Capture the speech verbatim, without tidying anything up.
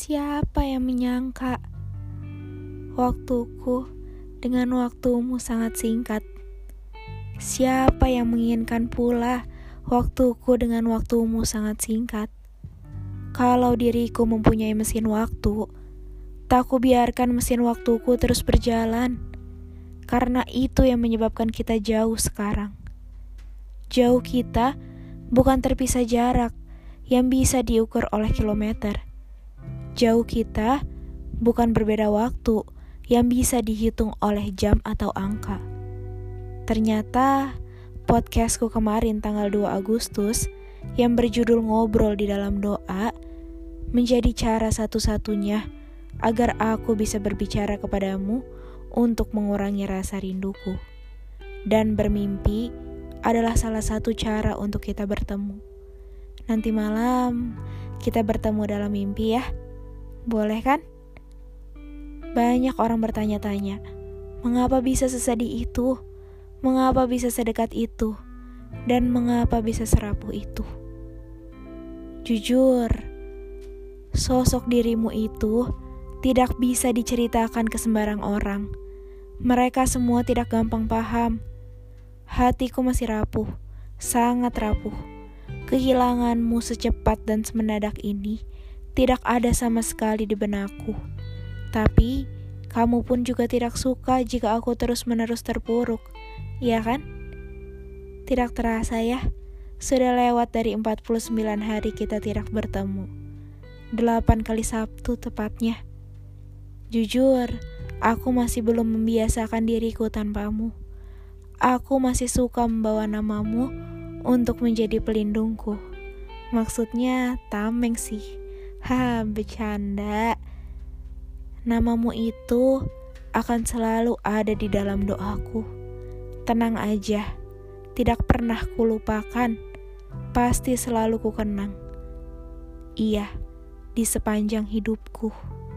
Siapa yang menyangka waktuku dengan waktumu sangat singkat? Siapa yang menginginkan pula waktuku dengan waktumu sangat singkat? Kalau diriku mempunyai mesin waktu, tak ku biarkan mesin waktuku terus berjalan, karena itu yang menyebabkan kita jauh sekarang. Jauh kita bukan terpisah jarak yang bisa diukur oleh kilometer. Jauh kita bukan berbeda waktu yang bisa dihitung oleh jam atau angka. Ternyata podcastku kemarin tanggal dua Agustus yang berjudul Ngobrol di Dalam Doa menjadi cara satu-satunya agar aku bisa berbicara kepadamu untuk mengurangi rasa rinduku. Dan bermimpi adalah salah satu cara untuk kita bertemu. Nanti malam kita bertemu dalam mimpi ya. Boleh kan? Banyak orang bertanya-tanya, mengapa bisa sesedih itu? Mengapa bisa sedekat itu? Dan mengapa bisa serapuh itu? Jujur, sosok dirimu itu tidak bisa diceritakan ke sembarang orang. Mereka semua tidak gampang paham. Hatiku masih rapuh, sangat rapuh. Kehilanganmu secepat dan semendadak ini tidak ada sama sekali di benakku. Tapi, kamu pun juga tidak suka jika aku terus-menerus terpuruk, ya kan? Tidak terasa ya, sudah lewat dari empat puluh sembilan hari kita tidak bertemu. Delapan kali Sabtu tepatnya. Jujur, aku masih belum membiasakan diriku tanpamu. Aku masih suka membawa namamu untuk menjadi pelindungku. Maksudnya tameng sih. Haha, bercanda. Namamu itu akan selalu ada di dalam doaku. Tenang aja, tidak pernah kulupakan. Pasti selalu ku kenang. Iya, di sepanjang hidupku.